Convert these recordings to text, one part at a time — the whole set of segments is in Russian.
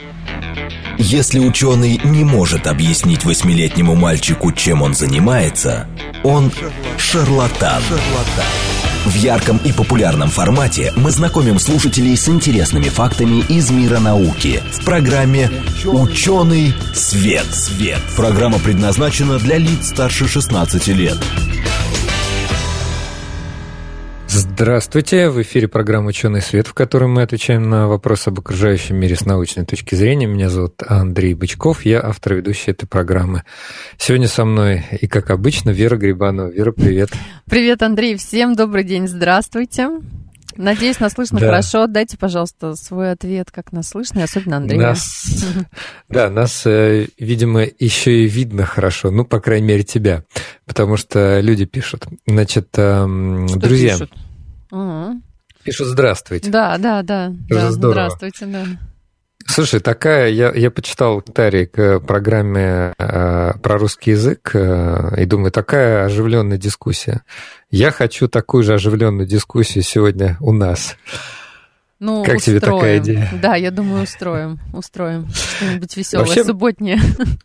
Если ученый не может объяснить 8-летнему мальчику, чем он занимается, он шарлатан. В ярком и популярном формате мы знакомим слушателей с интересными фактами из мира науки в программе «Ученый свет». Программа предназначена для лиц старше 16 лет. Здравствуйте, в эфире программа «Ученый свет», в которой мы отвечаем на вопросы об окружающем мире с научной точки зрения. Меня зовут Андрей Бычков, я автор и ведущий этой программы. Сегодня со мной, и как обычно, Вера Грибанова. Вера, привет. Привет, Андрей, всем добрый день, здравствуйте. Надеюсь, нас слышно хорошо. Дайте, пожалуйста, свой ответ, как нас слышно, и особенно Андрея. Нас, видимо, еще и видно хорошо, ну, по крайней мере, тебя, потому что люди пишут. Значит, друзья, пишут «Здравствуйте». Да, здравствуйте, да. Слушай, я почитал комментарий к программе про русский язык и думаю, такая оживленная дискуссия. Я хочу такую же оживленную дискуссию сегодня у нас. Ну, как тебе такая идея? Да, я думаю, устроим что-нибудь веселое, субботнее.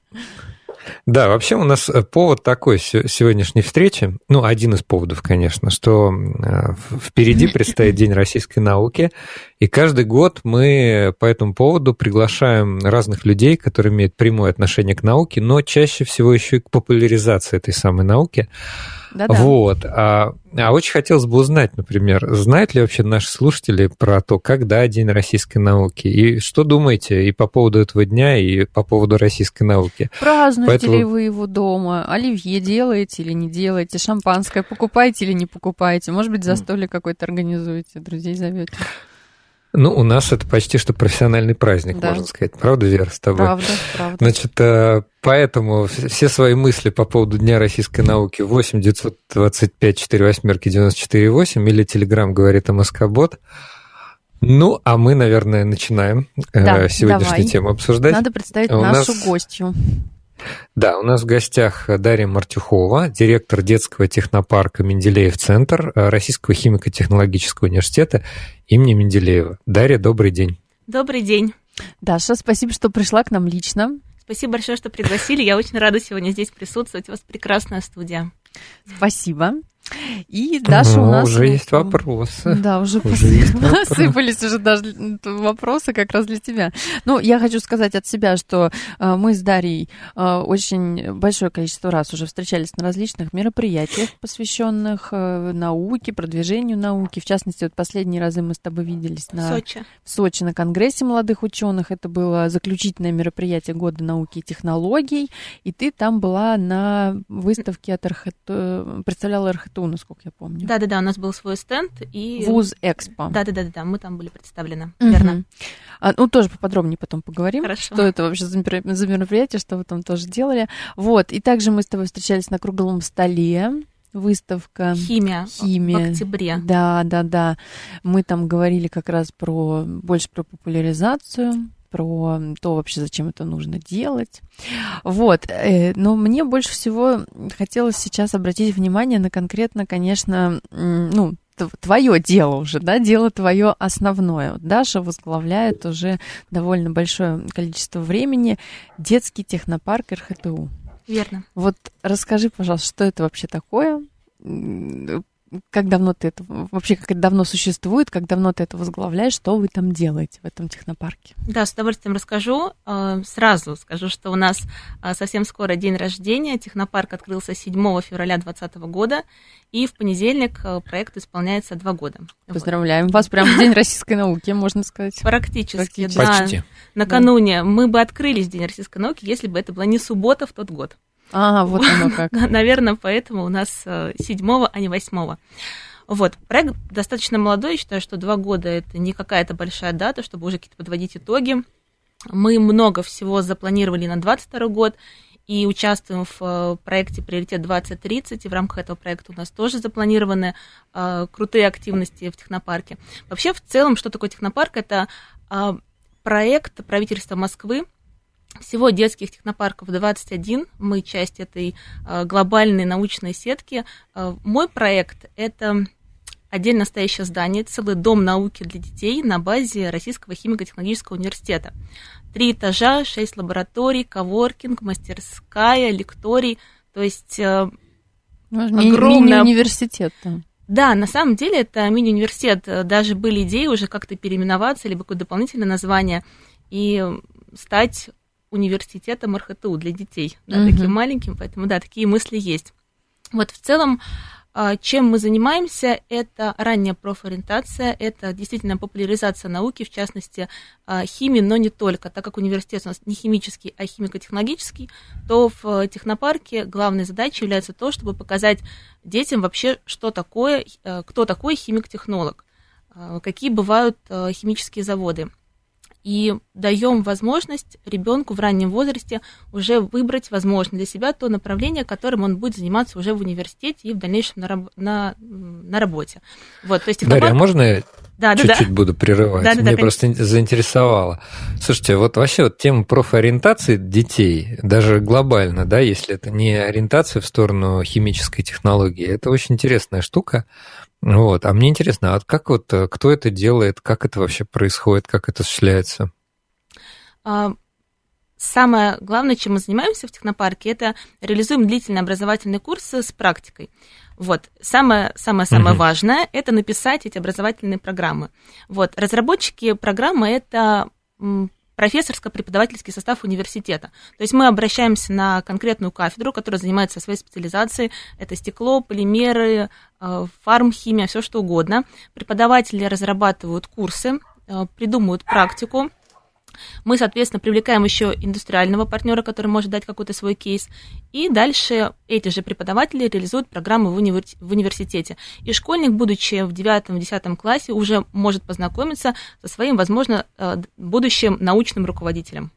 Да, вообще у нас повод такой сегодняшней встречи, ну, один из поводов, конечно, что впереди предстоит День российской науки, и каждый год мы по этому поводу приглашаем разных людей, которые имеют прямое отношение к науке, но чаще всего еще и к популяризации этой самой науки. Да-да. Вот. А очень хотелось бы узнать, например, знают ли вообще наши слушатели про то, когда День российской науки, и что думаете и по поводу этого дня, и по поводу российской науки? Празднуете ли вы его дома? Оливье делаете или не делаете? Шампанское покупаете или не покупаете? Может быть, застолье какое-то организуете, друзей зовете? Ну, у нас это почти что профессиональный праздник, да. Можно сказать. Правда, Вера, с тобой? Правда. Значит, поэтому все свои мысли по поводу Дня российской науки 8 925 48 94 8 или Telegram говорит МСК-бот. Ну, а мы, наверное, начинаем сегодняшнюю тему обсуждать. Надо представить нашу гостью. Да, у нас в гостях Дарья Мартюхова, директор детского технопарка «Менделеев-центр» Российского химико-технологического университета имени Менделеева. Дарья, добрый день. Добрый день. Даша, спасибо, что пришла к нам лично. Спасибо большое, что пригласили. Я очень рада сегодня здесь присутствовать. У вас прекрасная студия. Спасибо. И Даша у нас... Уже есть вопросы. Да, уже посыпались уже даже вопросы как раз для тебя. Ну, я хочу сказать от себя, что мы с Дарьей очень большое количество раз уже встречались на различных мероприятиях, посвященных науке, продвижению науки. В частности, вот последние разы мы с тобой виделись в Сочи на Конгрессе молодых ученых. Это было заключительное мероприятие Года науки и технологий. И ты там была на выставке от представляла РХТУ, насколько я помню. Да, у нас был свой стенд и ВУЗ-экспо. Да, мы там были представлены, верно. Ну, тоже поподробнее потом поговорим. Хорошо. Что это вообще за мероприятие, что вы там тоже делали. Вот, и также мы с тобой встречались на круглом столе. Выставка «Химия» в октябре. Да. Мы там говорили как раз больше про популяризацию, про то вообще, зачем это нужно делать. Вот. Но мне больше всего хотелось сейчас обратить внимание на конкретно, конечно, твое дело уже, да, дело твое основное. Вот Даша возглавляет уже довольно большое количество времени детский технопарк РХТУ. Верно. Вот расскажи, пожалуйста, что это вообще такое? Как давно как давно существует, как давно ты это возглавляешь, что вы там делаете в этом технопарке? Да, с удовольствием расскажу. Сразу скажу, что у нас совсем скоро день рождения. Технопарк открылся 7 февраля 2020 года, и в понедельник проекту исполняется 2 года. Поздравляем вас, прям в День российской науки, можно сказать. Практически. Да. Почти. Накануне мы бы открылись в День российской науки, если бы это была не суббота в тот год. Вот оно как. Наверное, поэтому у нас 7-го, а не 8-го. Вот, проект достаточно молодой, я считаю, что 2 года – это не какая-то большая дата, чтобы уже какие-то подводить итоги. Мы много всего запланировали на 2022 год и участвуем в проекте «Приоритет 2030», и в рамках этого проекта у нас тоже запланированы крутые активности в технопарке. Вообще, в целом, что такое технопарк? Это проект правительства Москвы. Всего детских технопарков 21, мы часть этой глобальной научной сетки. Мой проект – это отдельно стоящее здание, целый дом науки для детей на базе Российского химико-технологического университета. 3 этажа, 6 лабораторий, коворкинг, мастерская, лекторий, то есть огромный мини-университет там. Да, на самом деле это мини-университет. Даже были идеи уже как-то переименоваться, либо какое-то дополнительное название, и стать университетом РХТУ для детей, да, таким маленьким, поэтому, да, такие мысли есть. Вот в целом, чем мы занимаемся, это ранняя профориентация, это действительно популяризация науки, в частности, химии, но не только. Так как университет у нас не химический, а химико-технологический, то в технопарке главной задачей является то, чтобы показать детям вообще, что такое, кто такой химик-технолог, какие бывают химические заводы. И даем возможность ребенку в раннем возрасте уже выбрать, возможно, для себя то направление, которым он будет заниматься уже в университете и в дальнейшем на работе. Вот, то есть Дарья, можно я чуть-чуть буду прерывать? Да, Меня просто заинтересовало. Слушайте, вот вообще вот тема профориентации детей, даже глобально, да, если это не ориентация в сторону химической технологии, это очень интересная штука. Вот. А мне интересно, а как вот, кто это делает, как это вообще происходит, как это осуществляется? Самое главное, чем мы занимаемся в технопарке, это реализуем длительные образовательные курсы с практикой. Вот. Самое важное – это написать эти образовательные программы. Вот. Разработчики программы – это профессорско-преподавательский состав университета. То есть мы обращаемся на конкретную кафедру, которая занимается своей специализацией. Это стекло, полимеры, фармхимия, все что угодно. Преподаватели разрабатывают курсы, придумывают практику. Мы, соответственно, привлекаем еще индустриального партнера, который может дать какой-то свой кейс. И дальше эти же преподаватели реализуют программы в университете. И школьник, будучи в 9-10 классе, уже может познакомиться со своим, возможно, будущим научным руководителем.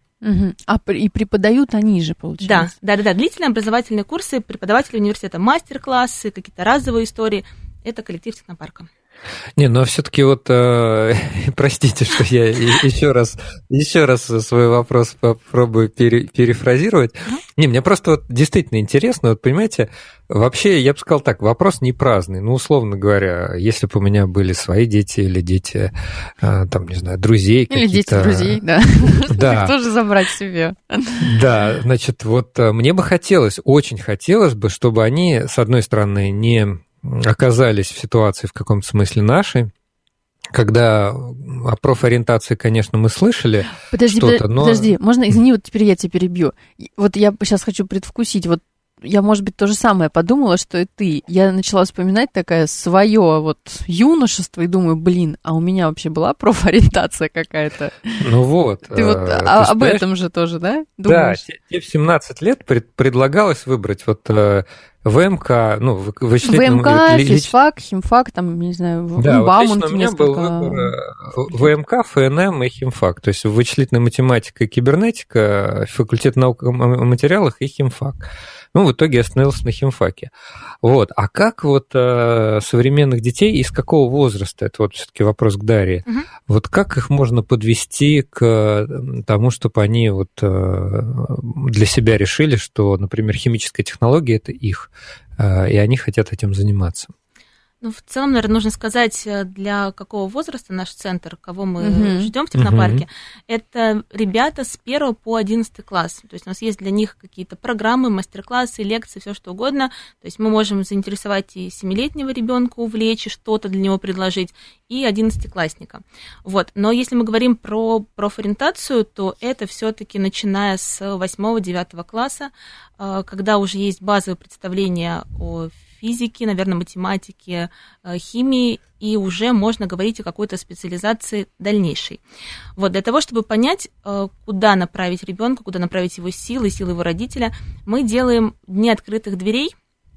И преподают они же, получается? Да. Длительные образовательные курсы, преподаватели университета, мастер-классы, какие-то разовые истории. Это коллектив технопарка. Не, но все-таки вот, простите, что я еще раз свой вопрос попробую перефразировать. Не, мне просто вот действительно интересно, вот понимаете, вообще, я бы сказал так, вопрос не праздный. Ну, условно говоря, если бы у меня были свои дети или дети, там, не знаю, друзей какие-то... Или дети друзей, да. Да. Тоже забрать себе. Да, значит, вот мне бы очень хотелось бы, чтобы они, с одной стороны, не оказались в ситуации в каком-то смысле нашей, когда о профориентации, конечно, мы слышали что-то, но... Подожди, можно, извини, вот теперь я тебя перебью. Вот я сейчас хочу предвкусить, вот я, может быть, то же самое подумала, что и ты. Я начала вспоминать такое свое вот юношество и думаю, блин, а у меня вообще была профориентация какая-то? Ну вот. Ты вот об этом же тоже, да, думаешь? Да, тебе в 17 лет предлагалось выбрать вот ВМК, ну, вычислительный... ВМК, физфак, химфак, там, не знаю, да, вот лично у меня был выбор ВМК, ФНМ и химфак, то есть вычислительная математика и кибернетика, факультет наук о материалах и химфак. Ну, в итоге остановился на химфаке. Вот. А как вот современных детей, из какого возраста, это вот все-таки вопрос к Дарье, вот как их можно подвести к тому, чтобы они вот для себя решили, что, например, химическая технология – это их, и они хотят этим заниматься? Ну, в целом, наверное, нужно сказать, для какого возраста наш центр, кого мы ждем в технопарке. Это ребята с 1 по 11 класс. То есть у нас есть для них какие-то программы, мастер-классы, лекции, все что угодно. То есть мы можем заинтересовать и 7-летнего ребенка, увлечь, и что-то для него предложить, и 11-классника. Вот. Но если мы говорим про профориентацию, то это все-таки начиная с 8-9 класса, когда уже есть базовое представление о физики, наверное, математики, химии, и уже можно говорить о какой-то специализации дальнейшей. Вот, для того, чтобы понять, куда направить ребенка, куда направить его силы его родителя, мы делаем дни открытых дверей,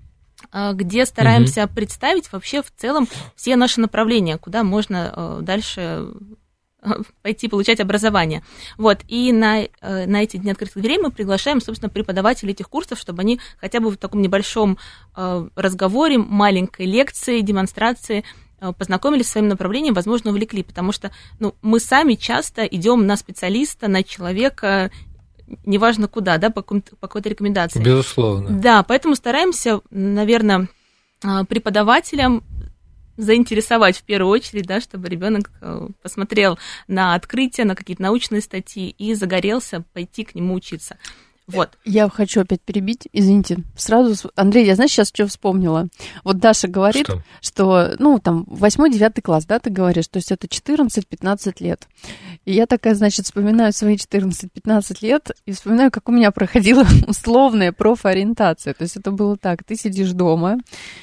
где стараемся представить вообще в целом все наши направления, куда можно дальше пойти получать образование. Вот, и на эти дни открытых дверей мы приглашаем, собственно, преподавателей этих курсов, чтобы они хотя бы в таком небольшом разговоре, маленькой лекции, демонстрации познакомились с своим направлением, возможно, увлекли, потому что мы сами часто идем на специалиста, на человека, неважно куда, да, по какой-то рекомендации. Безусловно. Да, поэтому стараемся, наверное, преподавателям заинтересовать в первую очередь, да, чтобы ребенок посмотрел на открытия, на какие-то научные статьи и загорелся пойти к нему учиться. Вот. Я хочу опять перебить, извините. Сразу, Андрей, я, знаешь, сейчас что вспомнила? Вот Даша говорит, что ну, там, 8-9 класс, да, ты говоришь, то есть это 14-15 лет. И я такая, значит, вспоминаю свои 14-15 лет и вспоминаю, как у меня проходила условная профориентация. То есть это было так, ты сидишь дома,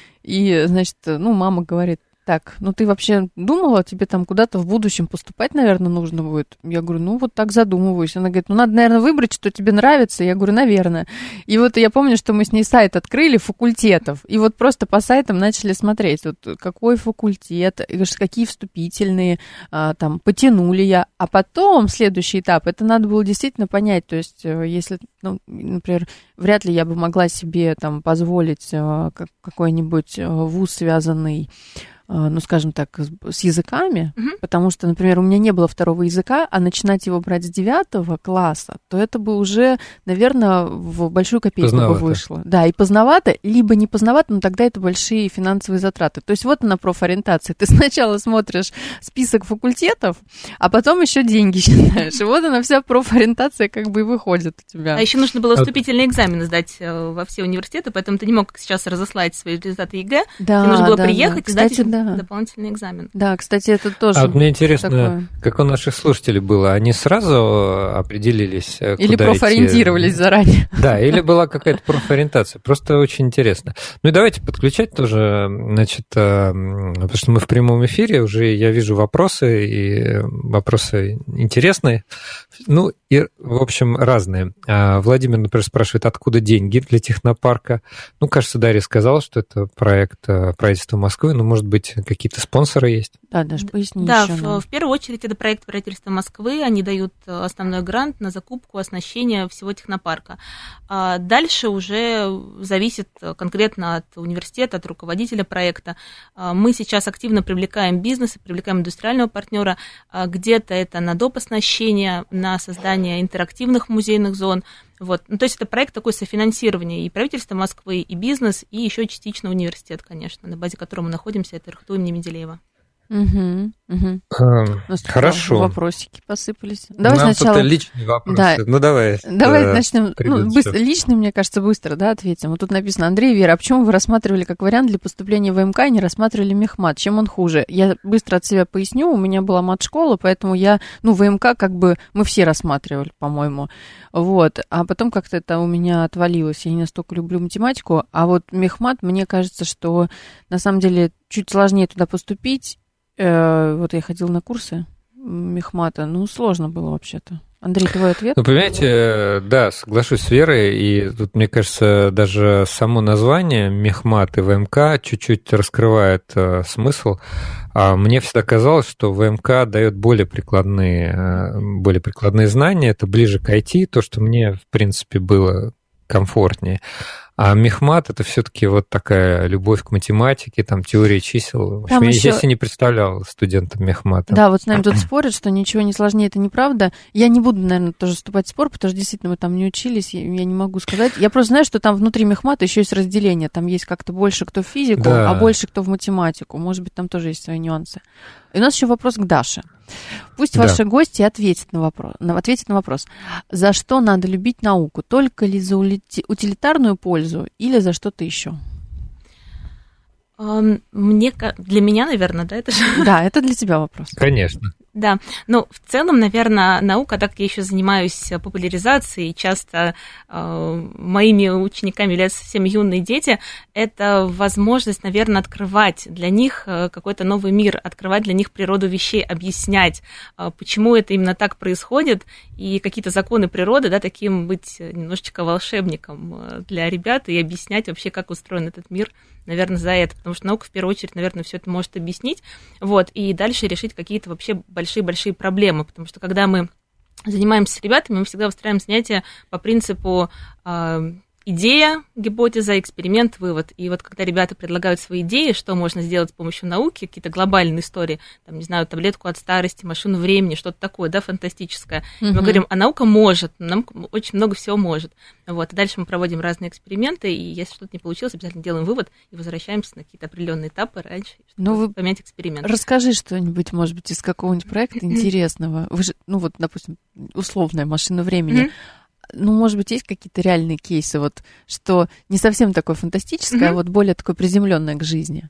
и, значит, ну, мама говорит: так, ну ты вообще думала, тебе там куда-то в будущем поступать, наверное, нужно будет? Я говорю, ну вот так задумываюсь. Она говорит, ну надо, наверное, выбрать, что тебе нравится. Я говорю, наверное. И вот я помню, что мы с ней сайт открыли факультетов, и вот просто по сайтам начали смотреть, вот какой факультет, какие вступительные, там, потянули я. А потом следующий этап, это надо было действительно понять, то есть если, ну, например, вряд ли я бы могла себе там позволить какой-нибудь вуз, связанный, ну, скажем так, с языками, потому что, например, у меня не было второго языка, а начинать его брать с 9 класса, то это бы уже, наверное, в большую копейку бы вышло. Да, и поздновато, либо не поздновато, но тогда это большие финансовые затраты. То есть вот она профориентация. Ты сначала смотришь список факультетов, а потом еще деньги считаешь. И вот она вся профориентация как бы и выходит у тебя. А еще нужно было вступительные экзамены сдать во все университеты, поэтому ты не мог сейчас разослать свои результаты ЕГЭ. Да, тебе нужно было приехать и сдать дополнительный экзамен. Да, кстати, это тоже. А вот мне интересно, такое. Как у наших слушателей было? Они сразу определились, куда или профориентировались заранее? Да, или была какая-то профориентация. Просто очень интересно. Ну и давайте подключать тоже, значит, потому что мы в прямом эфире, уже я вижу вопросы, и вопросы интересные. Ну и, в общем, разные. Владимир, например, спрашивает, откуда деньги для технопарка? Ну, кажется, Дарья сказала, что это проект правительства Москвы, но, может быть, какие-то спонсоры есть? Да, даже поясни да, еще. В первую очередь это проект правительства Москвы, они дают основной грант на закупку, оснащение всего технопарка. А дальше уже зависит конкретно от университета, от руководителя проекта. Мы сейчас активно привлекаем бизнес, привлекаем индустриального партнера, где-то это на доп. Оснащение, на создание интерактивных музейных зон. Вот. Ну, то есть это проект такой софинансирования и правительства Москвы, и бизнес, и еще частично университет, конечно, на базе которого мы находимся, это РХТУ имени Менделеева. Хорошо. Вопросики посыпались. Давай нам сначала... тут личные вопросы. Да. Ну, давай. Давай начнем. Ну, быстро. Личный, мне кажется, быстро, да, ответим. Вот тут написано: Андрей, Вера, а почему вы рассматривали как вариант для поступления в ВМК и не рассматривали мехмат? Чем он хуже? Я быстро от себя поясню. У меня была мат-школа, поэтому я, ну, ВМК как бы мы все рассматривали, по-моему. Вот. А потом как-то это у меня отвалилось. Я не настолько люблю математику. А вот мехмат, мне кажется, что на самом деле чуть сложнее туда поступить. Вот я ходила на курсы мехмата, ну, сложно было вообще-то. Андрей, твой ответ? Ну, понимаете, да, соглашусь с Верой, и тут, мне кажется, даже само название мехмат и ВМК чуть-чуть раскрывает смысл. Мне всегда казалось, что ВМК дает более прикладные знания, это ближе к IT, то, что мне, в принципе, было комфортнее. А мехмат — это все-таки вот такая любовь к математике, там, теория чисел. В общем, я себе не представлял студентам мехмата. Да, вот с нами тут спорят, что ничего не сложнее, это неправда. Я не буду, наверное, тоже вступать в спор, потому что действительно мы там не учились, я не могу сказать. Я просто знаю, что там внутри мехмата еще есть разделение. Там есть как-то больше кто в физику, да, а больше кто в математику. Может быть, там тоже есть свои нюансы. И у нас еще вопрос к Даше. Пусть ваши гости ответят на вопрос. За что надо любить науку? Только ли за утилитарную пользу или за что-то еще? Для меня, наверное, да, это же... Да, это для тебя вопрос. Конечно. Да, ну, в целом, наверное, наука, так как я еще занимаюсь популяризацией, часто моими учениками являются совсем юные дети, это возможность, наверное, открывать для них какой-то новый мир, открывать для них природу вещей, объяснять, почему это именно так происходит, и какие-то законы природы, да, таким быть немножечко волшебником для ребят и объяснять вообще, как устроен этот мир, наверное, за это, потому что наука, в первую очередь, наверное, все это может объяснить, вот, и дальше решить какие-то вообще большие-большие проблемы, потому что когда мы занимаемся с ребятами, мы всегда выстраиваем занятия по принципу идея, гипотеза, эксперимент, вывод. И вот когда ребята предлагают свои идеи, что можно сделать с помощью науки, какие-то глобальные истории, там, не знаю, таблетку от старости, машину времени, что-то такое, да, фантастическое. Мы говорим, а наука может, нам очень много всего может. Вот, и дальше мы проводим разные эксперименты, и если что-то не получилось, обязательно делаем вывод и возвращаемся на какие-то определенные этапы раньше, чтобы поменять эксперимент. Расскажи что-нибудь, может быть, из какого-нибудь проекта интересного. Вы же, ну вот, допустим, условная машина времени. Ну, может быть, есть какие-то реальные кейсы, вот, что не совсем такое фантастическое, а вот более такое приземленное к жизни?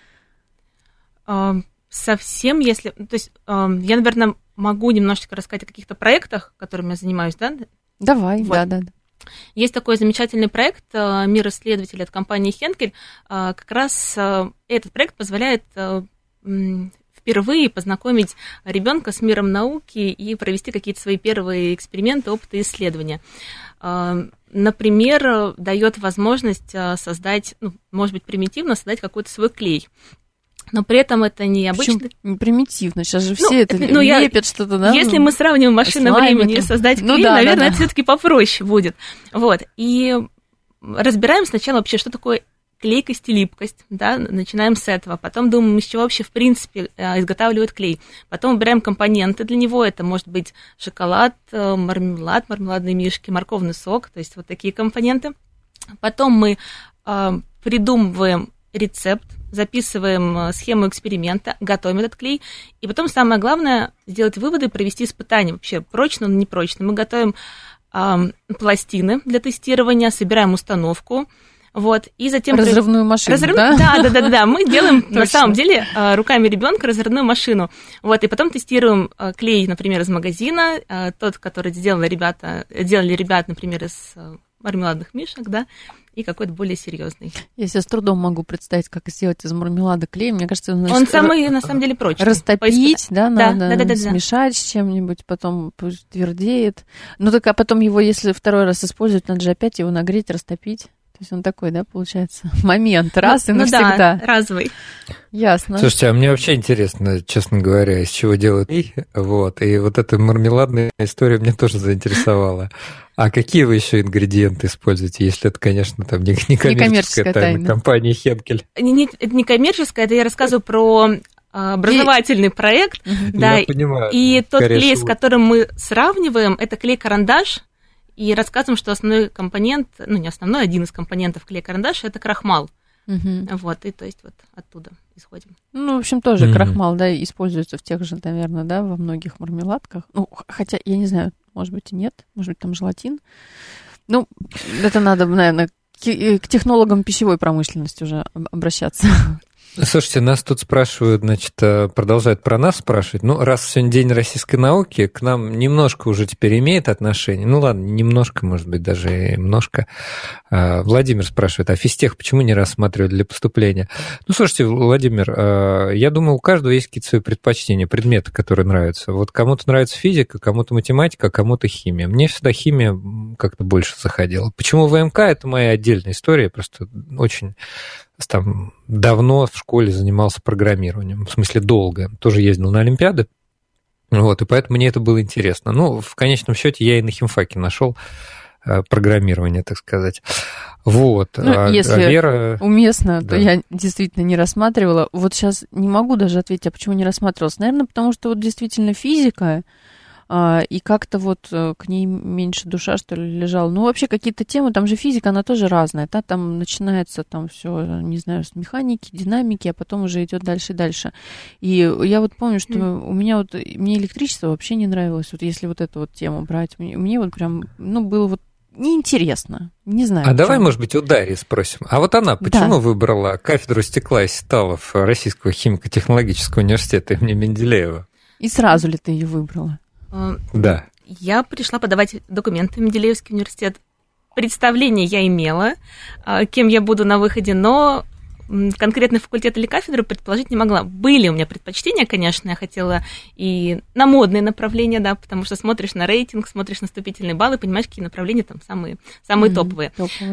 Совсем, если... То есть я, наверное, могу немножечко рассказать о каких-то проектах, которыми я занимаюсь, да? Давай, вот. да. Есть такой замечательный проект «Мир исследователей» от компании Henkel. Как раз этот проект позволяет впервые познакомить ребенка с миром науки и провести какие-то свои первые эксперименты, опыты, исследования. Например, дает возможность создать, ну, может быть, примитивно создать какой-то свой клей. Но при этом это не обычный... Почему примитивно? Сейчас же все лепят что-то, да? Если мы сравним машину времени и создать клей, наверное, это все-таки попроще будет. Вот. И разбираем сначала вообще, что такое клейкость и липкость, да, начинаем с этого, потом думаем, из чего вообще в принципе изготавливают клей, потом выбираем компоненты для него, это может быть шоколад, мармелад, мармеладные мишки, морковный сок, то есть вот такие компоненты. Потом мы придумываем рецепт, записываем схему эксперимента, готовим этот клей, и потом самое главное сделать выводы, провести испытания, вообще прочно или непрочно. Мы готовим пластины для тестирования, собираем установку, вот, и затем... Разрывную машину, да? Да. Мы делаем, на самом деле, руками ребенка разрывную машину. Вот, и потом тестируем клей, например, из магазина, тот, который делали ребята, например, из мармеладных мишек, да, и какой-то более серьезный. Я себе с трудом могу представить, как сделать из мармелада клей. Мне кажется, он самый, на самом деле, прочный. Растопить, да, надо смешать с чем-нибудь, потом пусть твердеет. Ну, так, а потом его, если второй раз использовать, надо же опять его нагреть, растопить. То есть он такой, да, получается, момент, раз и навсегда. Да, разовый. Ясно. Слушайте, а мне вообще интересно, честно говоря, из чего делают клей, вот, и вот эта мармеладная история меня тоже заинтересовала. А какие вы еще ингредиенты используете, если это, конечно, там не коммерческая тайна компании Henkel? Это не коммерческая, это я рассказываю про образовательный проект. Да, я понимаю. И тот клей, с которым мы сравниваем, это клей-карандаш. И рассказываем, что основной компонент, ну не основной, один из компонентов клей-карандаша – это крахмал. Вот, и то есть вот оттуда исходим. Ну, в общем, тоже крахмал, да, используется в тех же, наверное, да, во многих мармеладках. Ну, хотя, я не знаю, может быть, и нет, может быть, там желатин. Ну, это надо, наверное, к технологам пищевой промышленности уже обращаться. Слушайте, нас тут спрашивают, значит, продолжают про нас спрашивать. Ну, раз сегодня День российской науки, к нам немножко уже теперь имеет отношение. Ну, ладно, немножко, может быть, даже и немножко. Владимир спрашивает, а физтех почему не рассматривают для поступления? Ну, слушайте, Владимир, я думаю, у каждого есть какие-то свои предпочтения, предметы, которые нравятся. Вот кому-то нравится физика, кому-то математика, кому-то химия. Мне всегда химия как-то больше заходила. Почему ВМК? Это моя отдельная история, просто очень... Там давно в школе занимался программированием, в смысле долго, тоже ездил на олимпиады, вот, и поэтому мне это было интересно. Ну, в конечном счете я и на химфаке нашел программирование, так сказать. Вот. Ну, если Вера... уместно, да, то я действительно не рассматривала. Вот сейчас не могу даже ответить, а почему не рассматривалась. Наверное, потому что вот действительно физика, и как-то вот к ней меньше душа, что ли, лежала. Ну, вообще какие-то темы, там же физика, она тоже разная, да, там начинается там все, не знаю, с механики, динамики, а потом уже идет дальше и дальше. И я вот помню, что мне электричество вообще не нравилось, вот если вот эту вот тему брать, мне вот прям, ну, было вот неинтересно, не знаю. А давай, может быть, у Дарьи спросим. А вот она почему выбрала кафедру стекла и сталов Российского химико-технологического университета имени Менделеева? И сразу ли ты ее выбрала? Да. Я пришла подавать документы в Менделеевский университет. Представление я имела, кем я буду на выходе, но конкретный факультет или кафедру предположить не могла. Были у меня предпочтения, конечно, я хотела и на модные направления, да, потому что смотришь на рейтинг, смотришь на вступительные баллы, понимаешь, какие направления там самые топовые.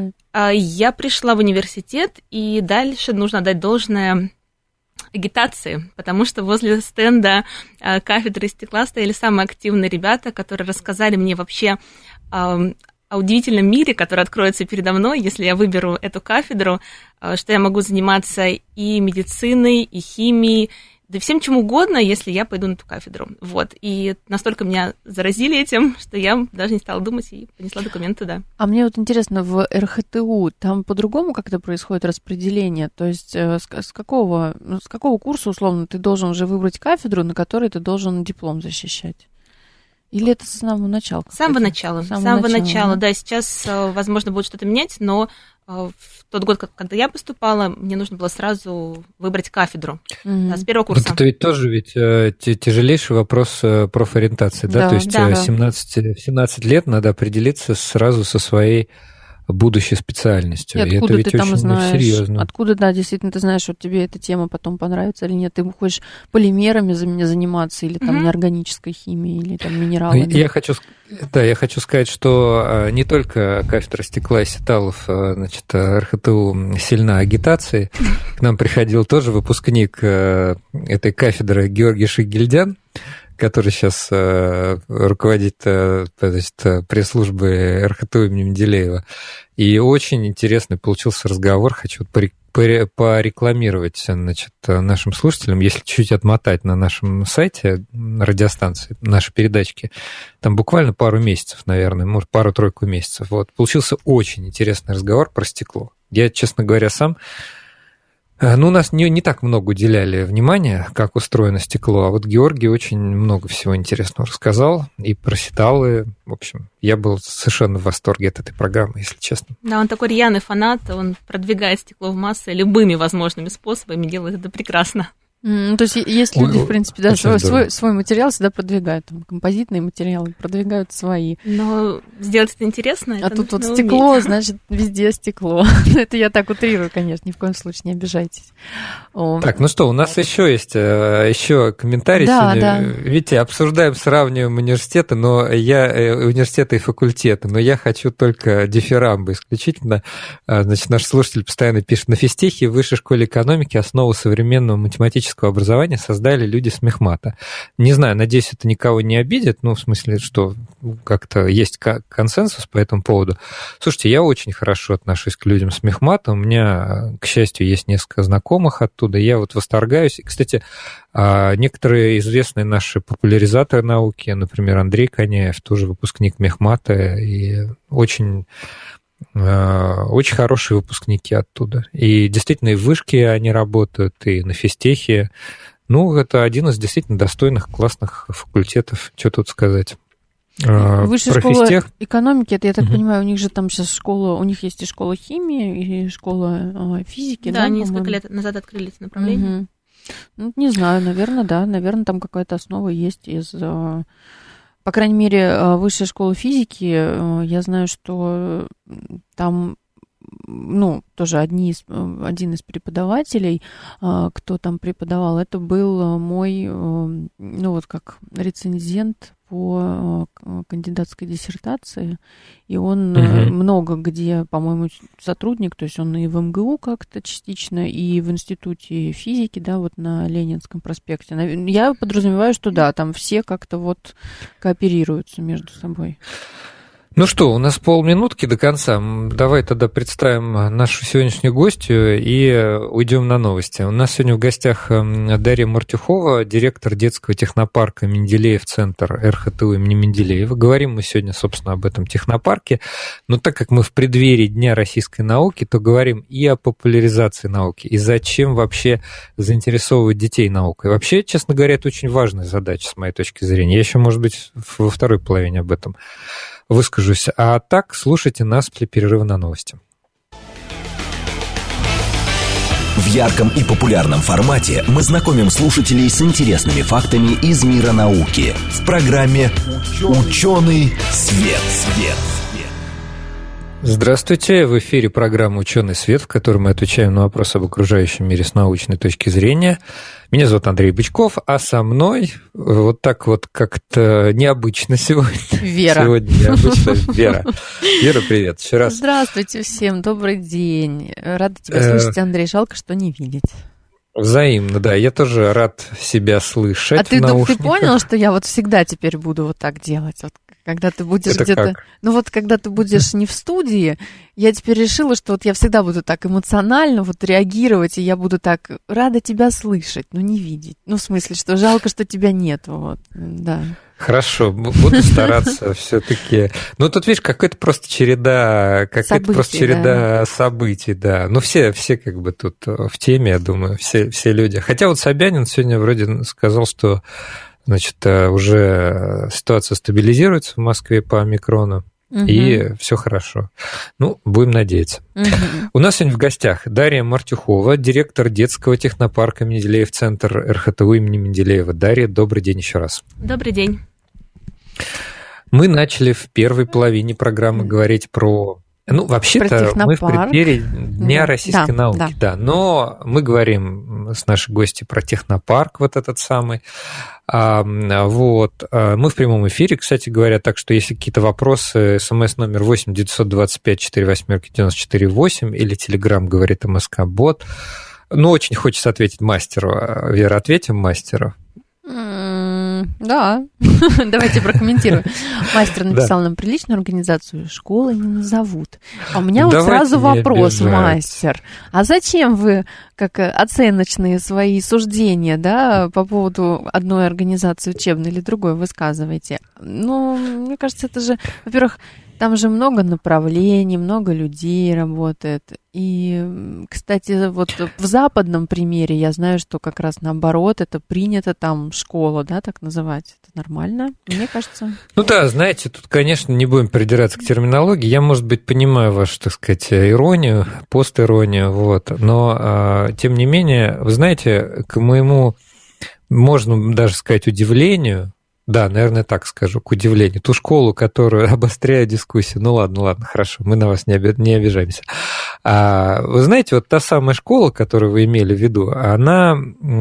Я пришла в университет, и дальше нужно отдать должное агитации, потому что возле стенда кафедры стекла стояли самые активные ребята, которые рассказали мне вообще удивительном мире, который откроется передо мной, если я выберу эту кафедру, что я могу заниматься и медициной, и химией, да всем чем угодно, если я пойду на эту кафедру. Вот. И настолько меня заразили этим, что я даже не стала думать и понесла документы туда. А мне вот интересно, в РХТУ там по-другому как-то происходит распределение? То есть с какого курса, условно, ты должен уже выбрать кафедру, на которой ты должен диплом защищать? Или это с самого начала? С самого начала, да. Сейчас, возможно, будет что-то менять, но в тот год, когда я поступала, мне нужно было сразу выбрать кафедру с первого курса. Вот это ведь тоже тяжелейший вопрос профориентации, да? То есть в 17 лет надо определиться сразу со своей будущей специальностью. И откуда это ведь ты там очень знаешь? серьезно. Откуда, да, действительно, ты знаешь, вот тебе эта тема потом понравится или нет? Ты хочешь полимерами заниматься или там неорганической химией, или там минералами? Я хочу сказать, что не только кафедра стекла и сеталов, значит, РХТУ сильна агитацией. К нам приходил тоже выпускник этой кафедры Георгий Шигельдян, который сейчас руководит пресс-службой РХТУ имени Менделеева. И очень интересный получился разговор. Хочу порекламировать, значит, нашим слушателям, если чуть-чуть отмотать на нашем сайте радиостанции, наши передачки, там буквально пару месяцев, наверное, может, пару-тройку месяцев. Вот. Получился очень интересный разговор про стекло. Я, честно говоря, сам... у нас не так много уделяли внимания, как устроено стекло, а вот Георгий очень много всего интересного рассказал, и про сеталы. В общем, я был совершенно в восторге от этой программы, если честно. Да, он такой рьяный фанат, он продвигает стекло в массы любыми возможными способами, делает это прекрасно. То есть есть люди, в принципе, да, свой материал всегда продвигают, там, композитные материалы продвигают свои. Но сделать это интересно, это тут вот стекло, уметь. Значит, везде стекло. Это я так утрирую, конечно, ни в коем случае не обижайтесь. Так, ну что, у нас еще есть комментарий сегодня. Да. Видите, обсуждаем, сравниваем университеты, университеты и факультеты, но я хочу только дифирамбы исключительно. Значит, наш слушатель постоянно пишет: на физтехе в Высшей школе экономики основу современного математического образования создали люди с мехмата. Не знаю, надеюсь, это никого не обидит, в смысле, что как-то есть консенсус по этому поводу. Слушайте, я очень хорошо отношусь к людям с мехмата, у меня, к счастью, есть несколько знакомых оттуда, я вот восторгаюсь. И, кстати, некоторые известные наши популяризаторы науки, например, Андрей Коняев, тоже выпускник мехмата, и очень хорошие выпускники оттуда. И действительно и в Вышке они работают, и на физтехе. Это один из действительно достойных, классных факультетов. Что тут сказать? Высшая школа экономики, это, я так понимаю, у них же там сейчас школа, у них есть и школа химии, и школа физики. Да, они несколько лет назад открыли эти направления. Не знаю, наверное, да. Наверное, там какая-то основа есть из... По крайней мере, Высшая школа физики, я знаю, что там, тоже один из преподавателей, кто там преподавал, это был мой, как рецензент по кандидатской диссертации, и он много где, по-моему, сотрудник, то есть он и в МГУ как-то частично, и в Институте физики, да, вот на Ленинском проспекте. Я подразумеваю, что да, там все как-то вот кооперируются между собой. Ну что, у нас полминутки до конца. Давай тогда представим нашу сегодняшнюю гостью и уйдем на новости. У нас сегодня в гостях Дарья Мартюхова, директор детского технопарка Менделеев-центр РХТУ имени Менделеева. Говорим мы сегодня, собственно, об этом технопарке. Но так как мы в преддверии Дня российской науки, то говорим и о популяризации науки, и зачем вообще заинтересовывать детей наукой. Вообще, честно говоря, это очень важная задача, с моей точки зрения. Я еще, может быть, во второй половине об этом выскажусь. А так, слушайте нас после перерыва на новости. В ярком и популярном формате мы знакомим слушателей с интересными фактами из мира науки в программе «Ученый свет». Здравствуйте, в эфире программа «Ученый свет», в которой мы отвечаем на вопросы об окружающем мире с научной точки зрения. Меня зовут Андрей Бычков, а со мной вот так вот как-то необычно сегодня. Вера. Сегодня необычно Вера. Вера, привет еще раз. Здравствуйте всем, добрый день. Рада тебя слышать, Андрей, жалко, что не видеть. Взаимно, да. Я тоже рад себя слышать в наушниках. Ты понял, что я вот всегда теперь буду вот так делать? Вот Когда ты будешь где-то... Ну вот, когда ты будешь не в студии, я теперь решила, что вот я всегда буду так эмоционально вот реагировать, и я буду так рада тебя слышать, но не видеть. Ну, в смысле, что жалко, что тебя нет, вот, да. Хорошо, буду стараться все-таки. Ну, тут, видишь, какая-то просто череда событий, да. Ну, все как бы тут в теме, я думаю, все люди. Хотя вот Собянин сегодня вроде сказал, что, значит, уже ситуация стабилизируется в Москве по омикрону. И все хорошо. Ну, будем надеяться. У нас сегодня в гостях Дарья Мартюхова, директор детского технопарка Менделеев, центр РХТУ имени Менделеева. Дарья, добрый день еще раз. Добрый день. Мы начали в первой половине программы говорить про... Ну, вообще-то мы в преддверии Дня российской науки, да. Но мы говорим с нашей гостью про технопарк, вот этот самый. Вот. Мы в прямом эфире, кстати говоря, так что если какие-то вопросы, смс-номер 8 925 48 94 8 или телеграм говорит МСК-бот. Ну, очень хочется ответить мастеру. Вера, ответим мастеру? Да, давайте прокомментируем. Мастер написал нам приличную организацию, школы не назовут. А у меня вот сразу вопрос, мастер. А зачем вы, как оценочные свои суждения, да, по поводу одной организации учебной или другой высказываете? Ну, мне кажется, это же, во-первых, там же много направлений, много людей работает. И, кстати, вот в западном примере я знаю, что как раз наоборот, это принято там школу, да, так называть. Это нормально, мне кажется. Ну да, знаете, тут, конечно, не будем придираться к терминологии. Я, может быть, понимаю вашу, так сказать, иронию, постиронию, вот. Но, тем не менее, вы знаете, к моему, можно даже сказать, удивлению, да, наверное, так скажу, к удивлению. Ту школу, которую обостряет дискуссию. Ну ладно, хорошо, мы на вас не обижаемся. Вы знаете, вот та самая школа, которую вы имели в виду, она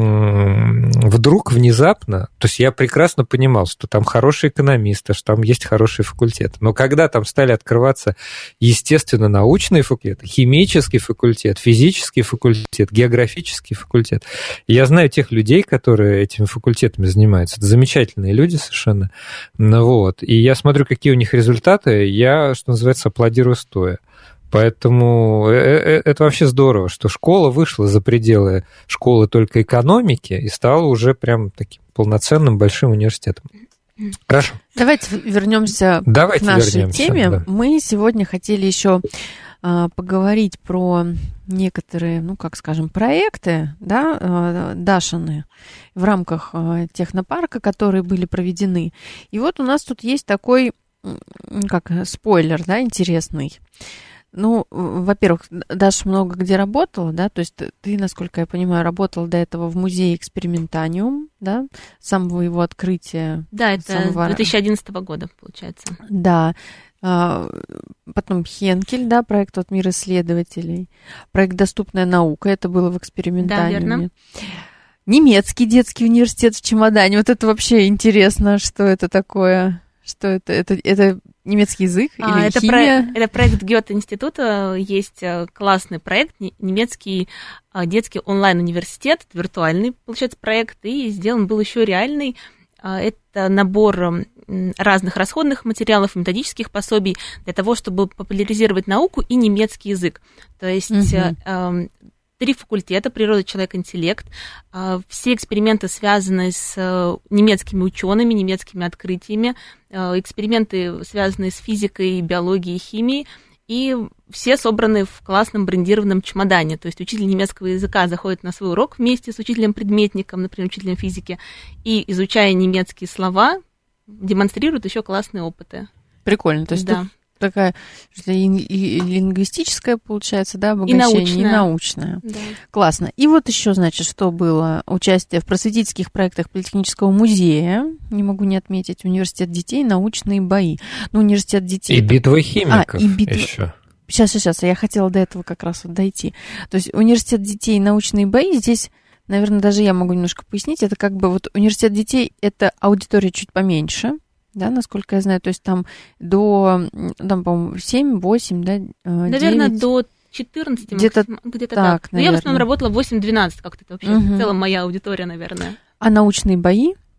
вдруг внезапно, то есть я прекрасно понимал, что там хорошие экономисты, что там есть хорошие факультеты, но когда там стали открываться, естественно, научные факультеты, химический факультет, физический факультет, географический факультет, я знаю тех людей, которые этими факультетами занимаются, это замечательные люди совершенно, вот, и я смотрю, какие у них результаты, я, что называется, аплодирую стоя. Поэтому это вообще здорово, что школа вышла за пределы школы только экономики и стала уже прям таким полноценным большим университетом. Хорошо. Давайте вернемся к нашей теме. Да. Мы сегодня хотели еще поговорить про некоторые, ну, как скажем, проекты, да, Дашины в рамках технопарка, которые были проведены. И вот у нас тут есть такой, как спойлер, да, интересный. Ну, во-первых, Даша много где работала, да, то есть ты, насколько я понимаю, работала до этого в музее «Экспериментаниум», да, с самого его открытия. Да, это 2011 года, получается. Да, потом Хенкель, да, проект от «Мир исследователей», проект «Доступная наука», это было в «Экспериментаниуме». Да, верно. Немецкий детский университет в чемодане, вот это вообще интересно, что это такое, что это немецкий язык или это химия? Это проект Гёте-института, есть классный проект, немецкий детский онлайн-университет, виртуальный, получается, проект, и сделан был еще реальный. Это набор разных расходных материалов, методических пособий для того, чтобы популяризировать науку и немецкий язык. То есть 3 факультета: природа, человек, интеллект. Все эксперименты связаны с немецкими учеными, немецкими открытиями. Эксперименты связаны с физикой, биологией, химией. И все собраны в классном брендированном чемодане. То есть учитель немецкого языка заходит на свой урок вместе с учителем-предметником, например, учителем физики, и, изучая немецкие слова, демонстрирует еще классные опыты. Прикольно. То есть да. Такая и лингвистическая, получается, да, обогащение, и научная. Да. Классно. И вот еще, значит, что было: участие в просветительских проектах Политехнического музея, не могу не отметить, университет детей, научные бои. Ну, университет детей... И битва химиков еще. Сейчас, я хотела до этого как раз вот дойти. То есть университет детей, научные бои, здесь, наверное, даже я могу немножко пояснить, это как бы вот университет детей, это аудитория чуть поменьше, да, насколько я знаю, то есть там там, по-моему, 7-8, да, 9. Наверное, до 14 где-то так. Но я в основном работала 8-12, как-то это вообще в целом моя аудитория, наверное. А научные бои?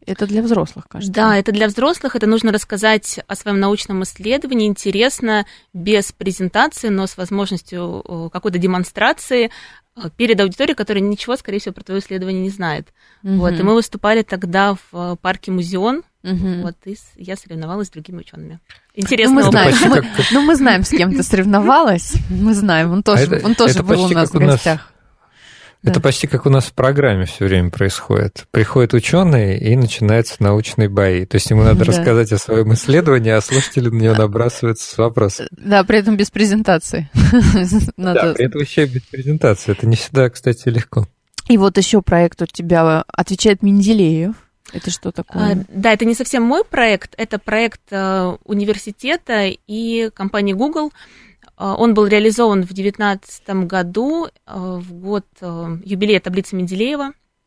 Это для взрослых, кажется. Да, это для взрослых. Это нужно рассказать о своем научном исследовании интересно, без презентации, но с возможностью какой-то демонстрации перед аудиторией, которая ничего, скорее всего, про твое исследование не знает. Вот, и мы выступали тогда в парке Музеон. Вот, и я соревновалась с другими учеными. Интересно. Мы знаем, с кем ты соревновалась. Мы знаем, он тоже был у нас в гостях. Это почти как у нас в программе все время происходит. Приходят ученые, и начинаются научные бои. То есть ему надо рассказать о своем исследовании, а слушатели на него набрасываются с вопросом. Да, при этом без презентации. Да, при этом еще без презентации. Это не всегда, кстати, легко. И вот еще проект у тебя «Отвечает Менделеев». Это что такое? Да, это не совсем мой проект. Это проект университета и компании Google. Он был реализован в 2019 году, в год юбилея таблицы Менделеева.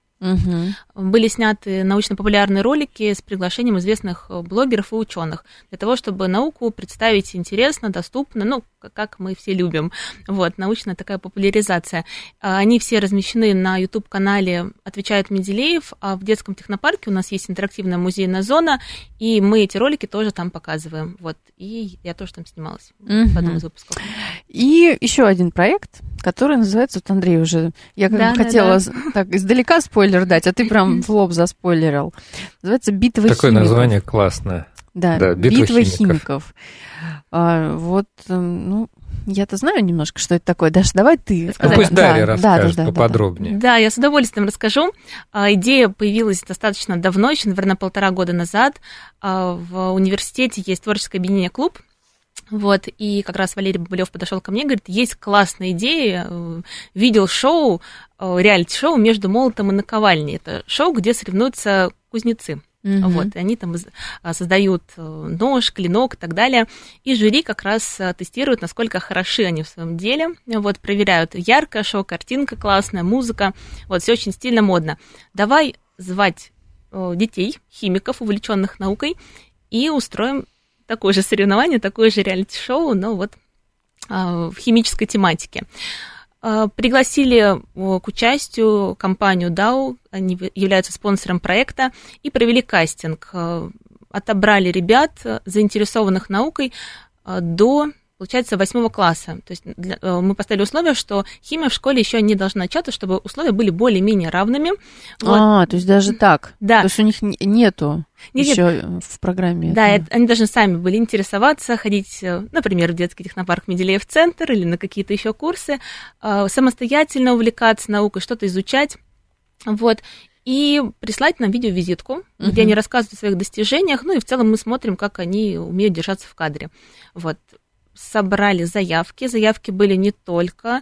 Были сняты научно-популярные ролики с приглашением известных блогеров и ученых для того, чтобы науку представить интересно, доступно, ну, как мы все любим. Вот, научная такая популяризация. Они все размещены на YouTube-канале «Отвечает Менделеев», а в детском технопарке у нас есть интерактивная музейная зона, и мы эти ролики тоже там показываем. Вот, и я тоже там снималась в одном из выпусков. И еще один проект, который называется, вот Андрей уже, я хотела так издалека спойлер дать, а ты прям в лоб заспойлерил. Называется «Битва химиков». Такое название классное. Да, «Битва химиков». Вот, ну, я-то знаю немножко, что это такое. Даша, давай ты. Пусть Дарья расскажет поподробнее. Да, я с удовольствием расскажу. Идея появилась достаточно давно, еще, наверное, 1,5 года назад. В университете есть творческое объединение «Клуб». Вот, и как раз Валерий Бабулёв подошел ко мне и говорит, есть классная идея, видел шоу, реалити-шоу «Между молотом и наковальней». Это шоу, где соревнуются кузнецы. Вот, и они там создают нож, клинок и так далее. И жюри как раз тестирует, насколько хороши они в своем деле. Вот, проверяют яркое шоу, картинка классная, музыка. Вот, все очень стильно, модно. Давай звать детей, химиков, увлеченных наукой, и устроим такое же соревнование, такое же реалити-шоу, но вот в химической тематике. Пригласили к участию компанию Dow, они являются спонсором проекта, и провели кастинг. Отобрали ребят, заинтересованных наукой, до, получается, 8 класса. То есть мы поставили условие, что химия в школе еще не должна начаться, чтобы условия были более-менее равными. Вот. То есть даже так? Да. То есть у них нету еще в программе? Да, они должны сами были интересоваться, ходить, например, в детский технопарк Менделеев-центр или на какие-то еще курсы, самостоятельно увлекаться наукой, что-то изучать. Вот. И прислать нам видеовизитку, где они рассказывают о своих достижениях, ну и в целом мы смотрим, как они умеют держаться в кадре. Вот. Собрали заявки. Заявки были не только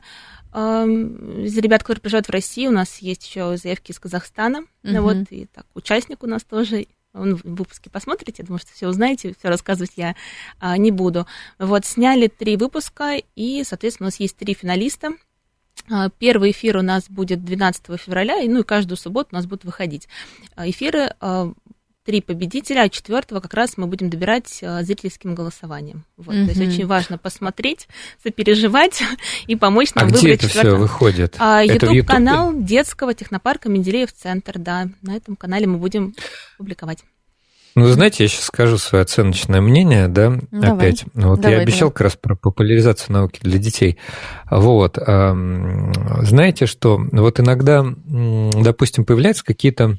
из ребят, которые приезжают в Россию. У нас есть еще заявки из Казахстана. Вот, и так, участник у нас тоже. В выпуске посмотрите, я думаю, что все узнаете, все рассказывать я не буду. Вот, сняли 3 выпуска, и, соответственно, у нас есть 3 финалиста. Первый эфир у нас будет 12 февраля, и каждую субботу у нас будут выходить эфиры. 3 победителя, а 4-го как раз мы будем добирать зрительским голосованием. Вот, то есть очень важно посмотреть, сопереживать и помочь нам выбрать 4-го. А где это все выходит? YouTube-канал детского технопарка Менделеев-центр, да. На этом канале мы будем публиковать. Ну, знаете, я сейчас скажу свое оценочное мнение, да, опять. Вот я обещал как раз про популяризацию науки для детей. Вот. Знаете, что вот иногда, допустим, появляются какие-то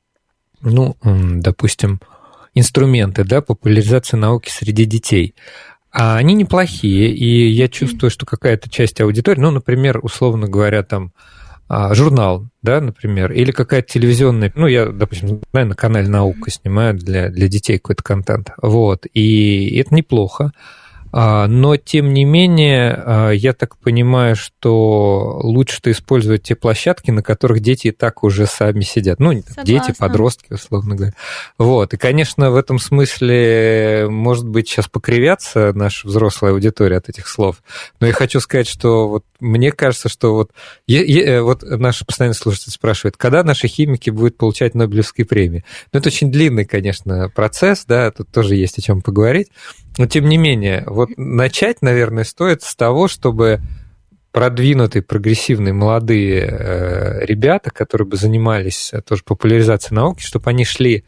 допустим, инструменты, да, популяризации науки среди детей. А они неплохие, и я чувствую, что какая-то часть аудитории, например, условно говоря, там, журнал, да, например, или какая-то телевизионная, я, допустим, знаю, на канале «Наука» снимаю для детей какой-то контент, вот, и это неплохо. Но, тем не менее, я так понимаю, что лучше-то использовать те площадки, на которых дети и так уже сами сидят. Согласна. Дети, подростки, условно говоря. Вот. И, конечно, в этом смысле, может быть, сейчас покривятся наша взрослая аудитория от этих слов. Но я хочу сказать, что вот мне кажется, что вот наши постоянные слушатели спрашивают, когда наши химики будут получать Нобелевские премии. Это очень длинный, конечно, процесс, да, тут тоже есть о чем поговорить. Но, тем не менее, вот начать, наверное, стоит с того, чтобы продвинутые, прогрессивные, молодые ребята, которые бы занимались тоже популяризацией науки, чтобы они шли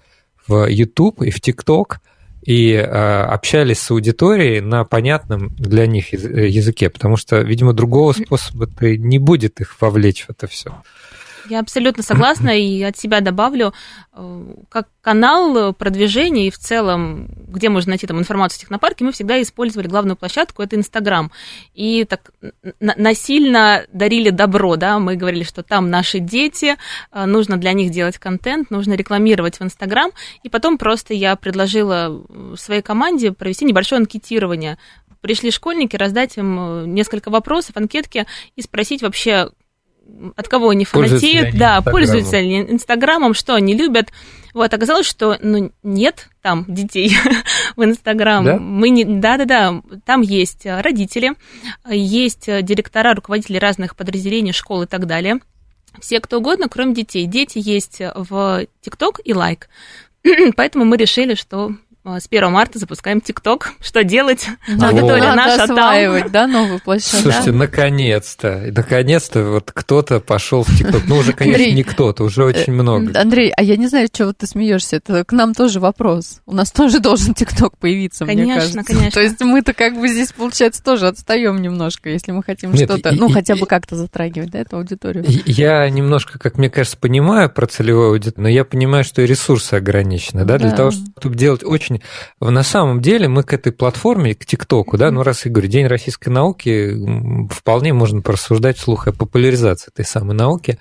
в YouTube и в TikTok и общались с аудиторией на понятном для них языке, потому что, видимо, другого способа-то не будет их вовлечь в это все. Я абсолютно согласна, и от себя добавлю, как канал продвижения и в целом, где можно найти там информацию о технопарке, мы всегда использовали главную площадку, это Инстаграм. И так насильно дарили добро, да, мы говорили, что там наши дети, нужно для них делать контент, нужно рекламировать в Инстаграм, и потом просто я предложила своей команде провести небольшое анкетирование. Пришли школьники, раздать им несколько вопросов, анкетки, и спросить вообще, от кого они фанатеют, пользуются ли Инстаграмом, что они любят. Вот, оказалось, что нет там детей в Инстаграм. Да? Там есть родители, есть директора, руководители разных подразделений, школ и так далее. Все, кто угодно, кроме детей. Дети есть в ТикТок и Лайк. Поэтому мы решили, что с 1 марта запускаем ТикТок. Что делать? Аудитория наша осваивать, да, новую площадку. Слушайте, наконец-то вот кто-то пошел в ТикТок. Ну, уже, конечно, Андрей, не кто-то, уже очень много. Андрей, а я не знаю, чего ты смеешься. Это к нам тоже вопрос. У нас тоже должен ТикТок появиться, мне кажется. Конечно. То есть мы-то как бы здесь, получается, тоже отстаем немножко, если мы хотим что-то, хотя бы как-то затрагивать, да, эту аудиторию. Я немножко, как мне кажется, понимаю про целевую аудиторию, но я понимаю, что и ресурсы ограничены, да, для того, чтобы делать очень... На самом деле мы к этой платформе, к ТикТоку, да, раз я говорю, День российской науки, вполне можно порассуждать вслух о популяризации этой самой науки.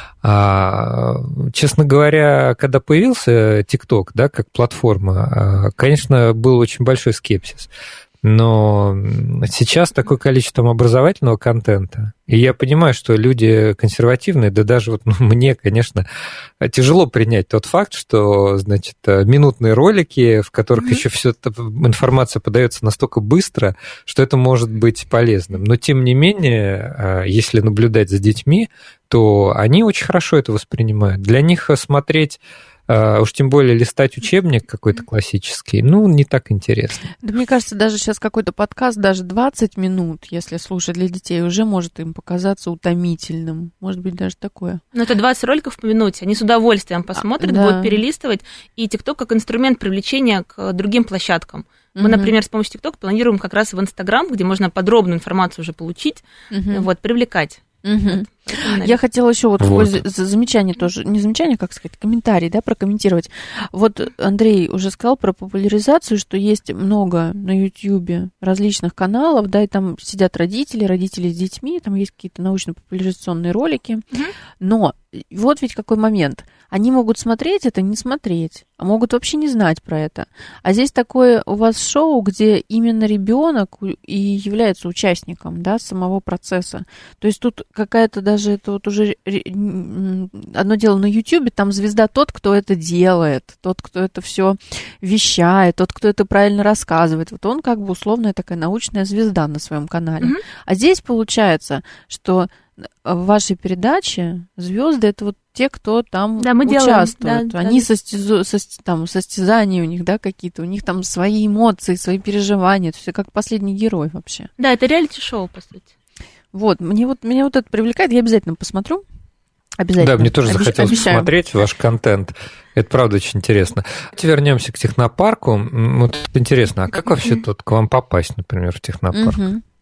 Честно говоря, когда появился ТикТок, да, как платформа, конечно, был очень большой скепсис. Но сейчас такое количество образовательного контента, и я понимаю, что люди консервативные, да даже вот мне, конечно, тяжело принять тот факт, что, значит, минутные ролики, в которых еще все эта информация подается настолько быстро, что это может быть полезным. Но, тем не менее, если наблюдать за детьми, то они очень хорошо это воспринимают. Для них смотреть... Уж тем более листать учебник какой-то классический, не так интересно. Да, мне кажется, даже сейчас какой-то подкаст, даже 20 минут, если слушать для детей, уже может им показаться утомительным. Может быть, даже такое. Но это 20 роликов по минуте. Они с удовольствием посмотрят, будут перелистывать. И ТикТок как инструмент привлечения к другим площадкам. Мы, например, с помощью ТикТок планируем как раз в Инстаграм, где можно подробную информацию уже получить, привлекать. Я хотела еще такое замечание тоже, не замечание, как сказать, комментарий, да, прокомментировать. Вот Андрей уже сказал про популяризацию, что есть много на Ютьюбе различных каналов, да, и там сидят родители с детьми, там есть какие-то научно-популяризационные ролики, но вот ведь какой момент. Они могут смотреть это, не смотреть, а могут вообще не знать про это. А здесь такое у вас шоу, где именно ребенок и является участником, да, самого процесса. То есть тут какая-то даже это вот уже одно дело на Ютьюбе, там звезда тот, кто это делает, тот, кто это все вещает, тот, кто это правильно рассказывает. Вот он как бы условная такая научная звезда на своем канале. А здесь получается, что в вашей передаче звезды это вот те, кто там участвует. Они состязания у них, да, какие-то, у них там свои эмоции, свои переживания, это все как последний герой вообще. Да, это реалити-шоу, по сути. Вот, меня вот это привлекает, я обязательно посмотрю. Обязательно. Да, мне тоже захотелось посмотреть ваш контент. Это правда очень интересно. Давайте вернемся к технопарку. Вот интересно, а как вообще тут к вам попасть, например, в технопарк?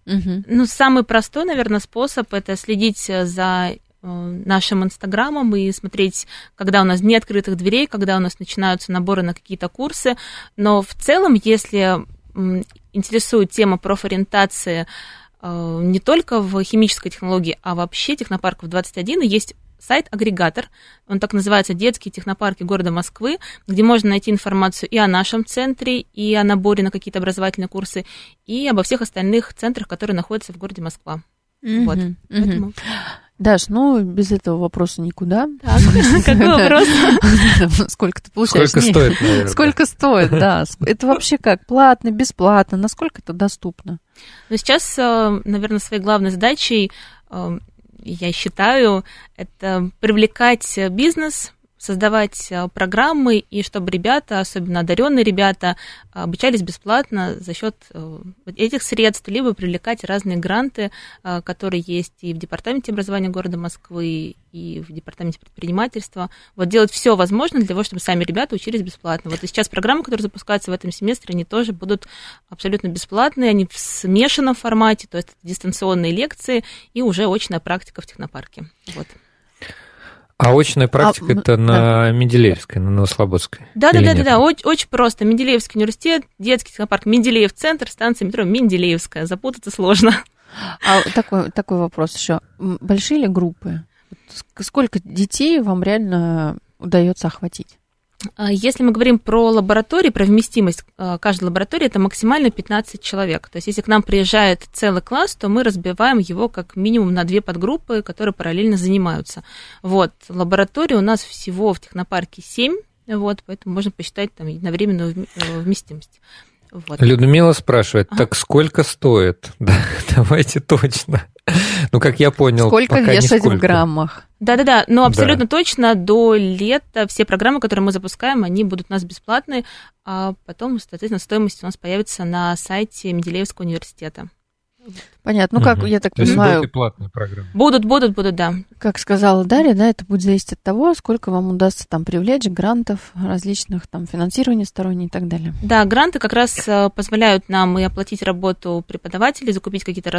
Самый простой, наверное, способ – это следить за нашим Инстаграмом и смотреть, когда у нас дни открытых дверей, когда у нас начинаются наборы на какие-то курсы. Но в целом, если интересует тема профориентации не только в химической технологии, а вообще технопарков 21, и есть сайт-агрегатор, он так называется «Детские технопарки города Москвы», где можно найти информацию и о нашем центре, и о наборе на какие-то образовательные курсы, и обо всех остальных центрах, которые находятся в городе Москва. Вот. Поэтому... Даш, без этого вопроса никуда. Так, какой вопрос? Сколько ты получаешь? Сколько стоит, наверное. Сколько стоит, да. Это вообще как? Платно, бесплатно? Насколько это доступно? Сейчас, наверное, своей главной задачей, я считаю, это привлекать бизнес создавать программы, и чтобы ребята, особенно одаренные ребята, обучались бесплатно за счет этих средств, либо привлекать разные гранты, которые есть и в Департаменте образования города Москвы, и в Департаменте предпринимательства. Вот делать все возможное для того, чтобы сами ребята учились бесплатно. Вот и сейчас программы, которые запускаются в этом семестре, они тоже будут абсолютно бесплатные, они в смешанном формате, то есть дистанционные лекции и уже очная практика в технопарке. Вот. А очная практика это на Менделеевской, на Новослободской? Да, очень просто. Менделеевский университет, детский технопарк, Менделеев-центр, станция метро Менделеевская. Запутаться сложно. А такой вопрос еще. Большие ли группы? Сколько детей вам реально удается охватить? Если мы говорим про лаборатории, про вместимость каждой лаборатории, это максимально 15 человек. То есть если к нам приезжает целый класс, то мы разбиваем его как минимум на 2 подгруппы, которые параллельно занимаются. Вот. Лабораторий у нас всего в технопарке 7, вот, поэтому можно посчитать там единовременную вместимость. Вот. Людмила спрашивает, так сколько стоит? Да, давайте точно. Ну, как я понял, сколько пока вешать в граммах? Да, но абсолютно точно до лета все программы, которые мы запускаем, они будут у нас бесплатные, а потом, соответственно, стоимость у нас появится на сайте Менделеевского университета. Понятно. Ну, как я так понимаю... Будут и платные программы. Будут, да. Как сказала Дарья, да, это будет зависеть от того, сколько вам удастся там привлечь грантов различных, там, финансирования сторонние и так далее. Да, гранты как раз позволяют нам и оплатить работу преподавателей, закупить какие-то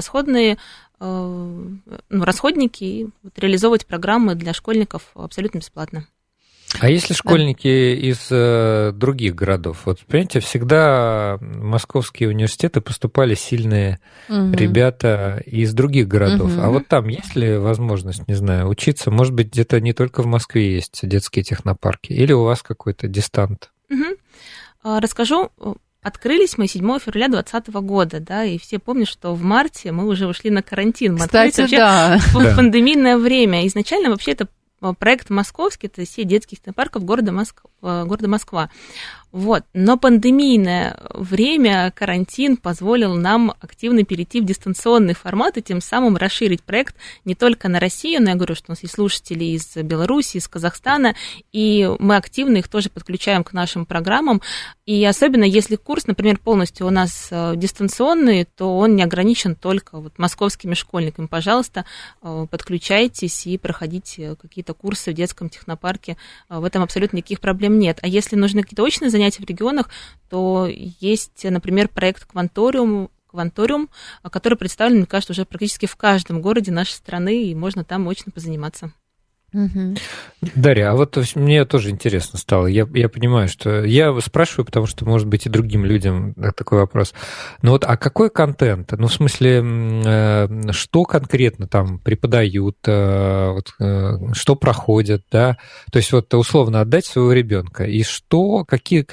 расходники и реализовывать программы для школьников абсолютно бесплатно. А если школьники из других городов? Вот, понимаете, всегда московские университеты поступали сильные ребята из других городов. А вот там есть ли возможность, не знаю, учиться? Может быть, где-то не только в Москве есть детские технопарки? Или у вас какой-то дистант? Расскажу. Открылись мы 7 февраля 2020 года, да, и все помнят, что в марте мы уже ушли на карантин. Мы открылись в пандемийное время. Изначально вообще это проект московский, это сеть детских технопарков города Москва. Вот. Но пандемийное время, карантин позволил нам активно перейти в дистанционный формат и тем самым расширить проект не только на Россию, но я говорю, что у нас есть слушатели из Беларуси, из Казахстана, и мы активно их тоже подключаем к нашим программам. И особенно если курс, например, полностью у нас дистанционный, то он не ограничен только вот московскими школьниками. Пожалуйста, подключайтесь и проходите какие-то курсы в детском технопарке. В этом абсолютно никаких проблем нет. А если нужны какие-то очные занятия в регионах, то есть, например, проект «Кванториум», который представлен, мне кажется, уже практически в каждом городе нашей страны, и можно там очно позаниматься. Дарья, а вот мне тоже интересно стало. Я понимаю, что я спрашиваю, потому что, может быть, и другим людям такой вопрос. Ну вот, а какой контент? Ну, в смысле, что конкретно там преподают, что проходят, да? То есть вот условно отдать своего ребенка, и что,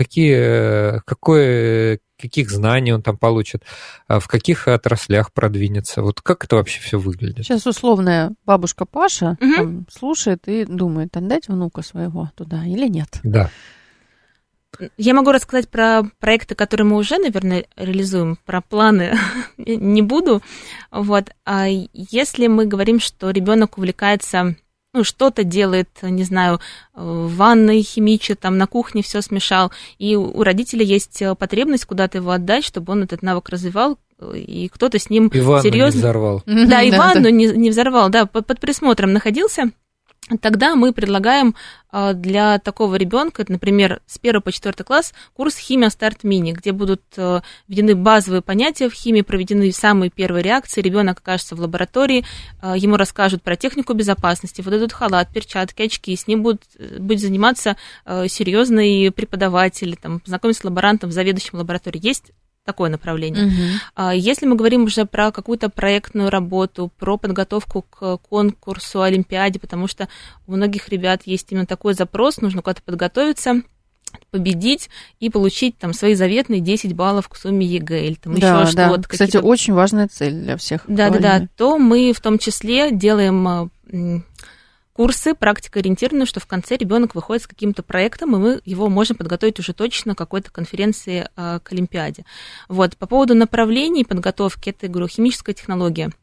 каких знаний он там получит, в каких отраслях продвинется. Вот как это вообще все выглядит? Сейчас условная бабушка Паша там слушает и думает, отдать внука своего туда или нет. Да. Я могу рассказать про проекты, которые мы уже, наверное, реализуем, про планы не буду. Вот. А если мы говорим, что ребенок увлекается... что-то делает, не знаю, в ванной химичит, там на кухне все смешал, и у родителей есть потребность куда-то его отдать, чтобы он этот навык развивал, и кто-то с ним серьезно... не взорвал. Да, и ванну не взорвал, да, под присмотром находился. Тогда мы предлагаем для такого ребенка, например, с 1 по 4 класс, курс «Химия Старт Мини», где будут введены базовые понятия в химии, проведены самые первые реакции, ребенок окажется в лаборатории, ему расскажут про технику безопасности, выдадут халат, перчатки, очки, с ним будет заниматься серьезный преподаватель, там, знакомиться с лаборантом, заведующим лабораторией. Есть такое направление. Если мы говорим уже про какую-то проектную работу, про подготовку к конкурсу, олимпиаде, потому что у многих ребят есть именно такой запрос, нужно куда-то подготовиться, победить и получить там свои заветные 10 баллов к сумме ЕГЭ или там еще что-то. Кстати, очень важная цель для всех. Да, то мы в том числе делаем курсы практикоориентированные, что в конце ребенок выходит с каким-то проектом, и мы его можем подготовить уже точно к какой-то конференции к олимпиаде. Вот. По поводу направлений подготовки, это, я говорю, химическая технология.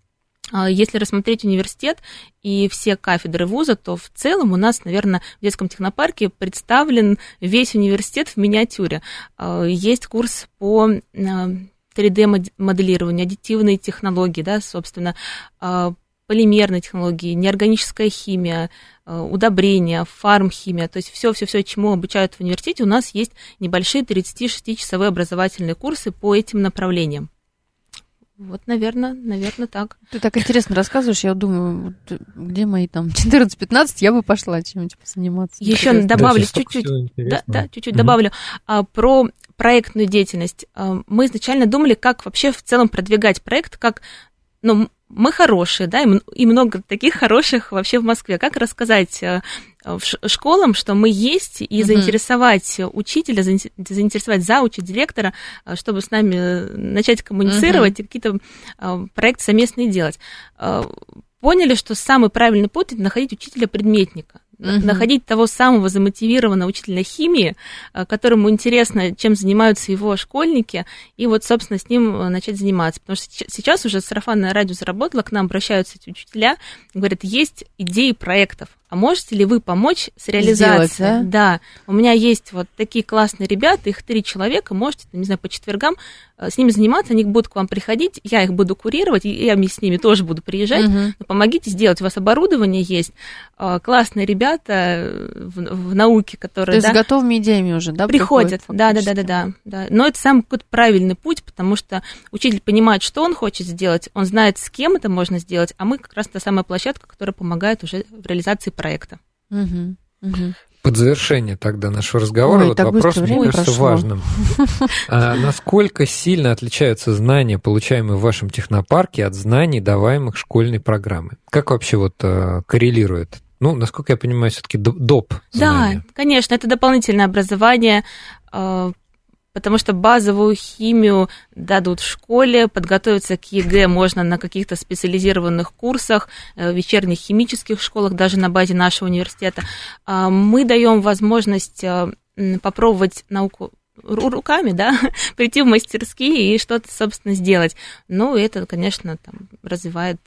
Если рассмотреть университет и все кафедры вуза, то в целом у нас, наверное, в детском технопарке представлен весь университет в миниатюре. Есть курс по 3D-моделированию, аддитивные технологии, да, собственно, полимерные технологии, неорганическая химия, удобрения, фармхимия, то есть все, чему обучают в университете, у нас есть небольшие 36-часовые образовательные курсы по этим направлениям. Вот, наверное, так. Ты так интересно рассказываешь, я думаю, где мои там 14-15, я бы пошла чем-нибудь заниматься. Еще добавлю чуть-чуть, чуть-чуть добавлю про проектную деятельность. Мы изначально думали, как вообще в целом продвигать проект, как, мы хорошие, да, и много таких хороших вообще в Москве. Как рассказать школам, что мы есть, и заинтересовать учителя, заинтересовать зауча, директора, чтобы с нами начать коммуницировать и какие-то проекты совместные делать. Поняли, что самый правильный путь – это находить учителя-предметника. Находить того самого замотивированного учителя химии, которому интересно, чем занимаются его школьники, и вот, собственно, с ним начать заниматься. Потому что сейчас уже сарафанное радио заработало, к нам обращаются эти учителя, говорят, есть идеи проектов, а можете ли вы помочь с реализацией? Сделать, да, у меня есть вот такие классные ребята, их 3 человека, можете, не знаю, по четвергам с ними заниматься, они будут к вам приходить, я их буду курировать, и я с ними тоже буду приезжать, но помогите сделать, у вас оборудование есть, классные ребята в науке, которые... То есть с готовыми идеями уже, да? Приходят, да. Но это самый какой-то правильный путь, потому что учитель понимает, что он хочет сделать, он знает, с кем это можно сделать, а мы как раз та самая площадка, которая помогает уже в реализации проекта. Под завершение тогда нашего разговора вопрос, мне кажется, важным. Насколько сильно отличаются знания, получаемые в вашем технопарке, от знаний, даваемых школьной программой? Как вообще коррелирует? Насколько я понимаю, все-таки доп. знания. Да, конечно, это дополнительное образование, потому что базовую химию дадут в школе, подготовиться к ЕГЭ можно на каких-то специализированных курсах, вечерних химических школах, даже на базе нашего университета. Мы даем возможность попробовать науку руками, да, прийти в мастерские и что-то, собственно, сделать. Это, конечно, развивает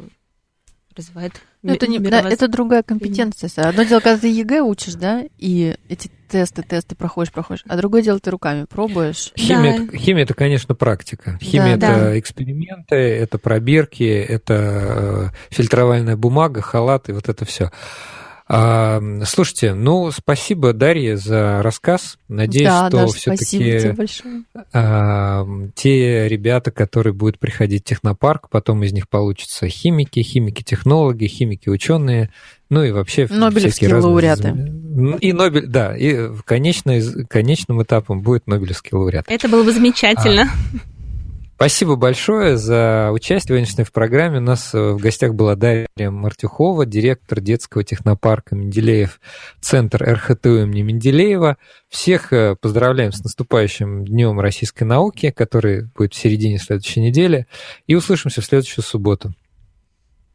это другая компетенция. Одно дело, когда ты ЕГЭ учишь, да, и эти тесты проходишь, а другое дело, ты руками пробуешь. Химия это, конечно, практика. Химия это эксперименты, это пробирки, это фильтровальная бумага, халат и вот это все. Слушайте, спасибо, Дарья, за рассказ. Надеюсь, что все-таки те ребята, которые будут приходить в технопарк, потом из них получатся химики-технологи, химики-ученые, и вообще Нобелевские лауреаты. И конечным этапом будет Нобелевский лауреат. Это было бы замечательно. Спасибо большое за участие в программе. У нас в гостях была Дарья Мартюхова, директор детского технопарка Менделеев, центр РХТУ имени Менделеева. Всех поздравляем с наступающим Днем российской науки, который будет в середине следующей недели. И услышимся в следующую субботу.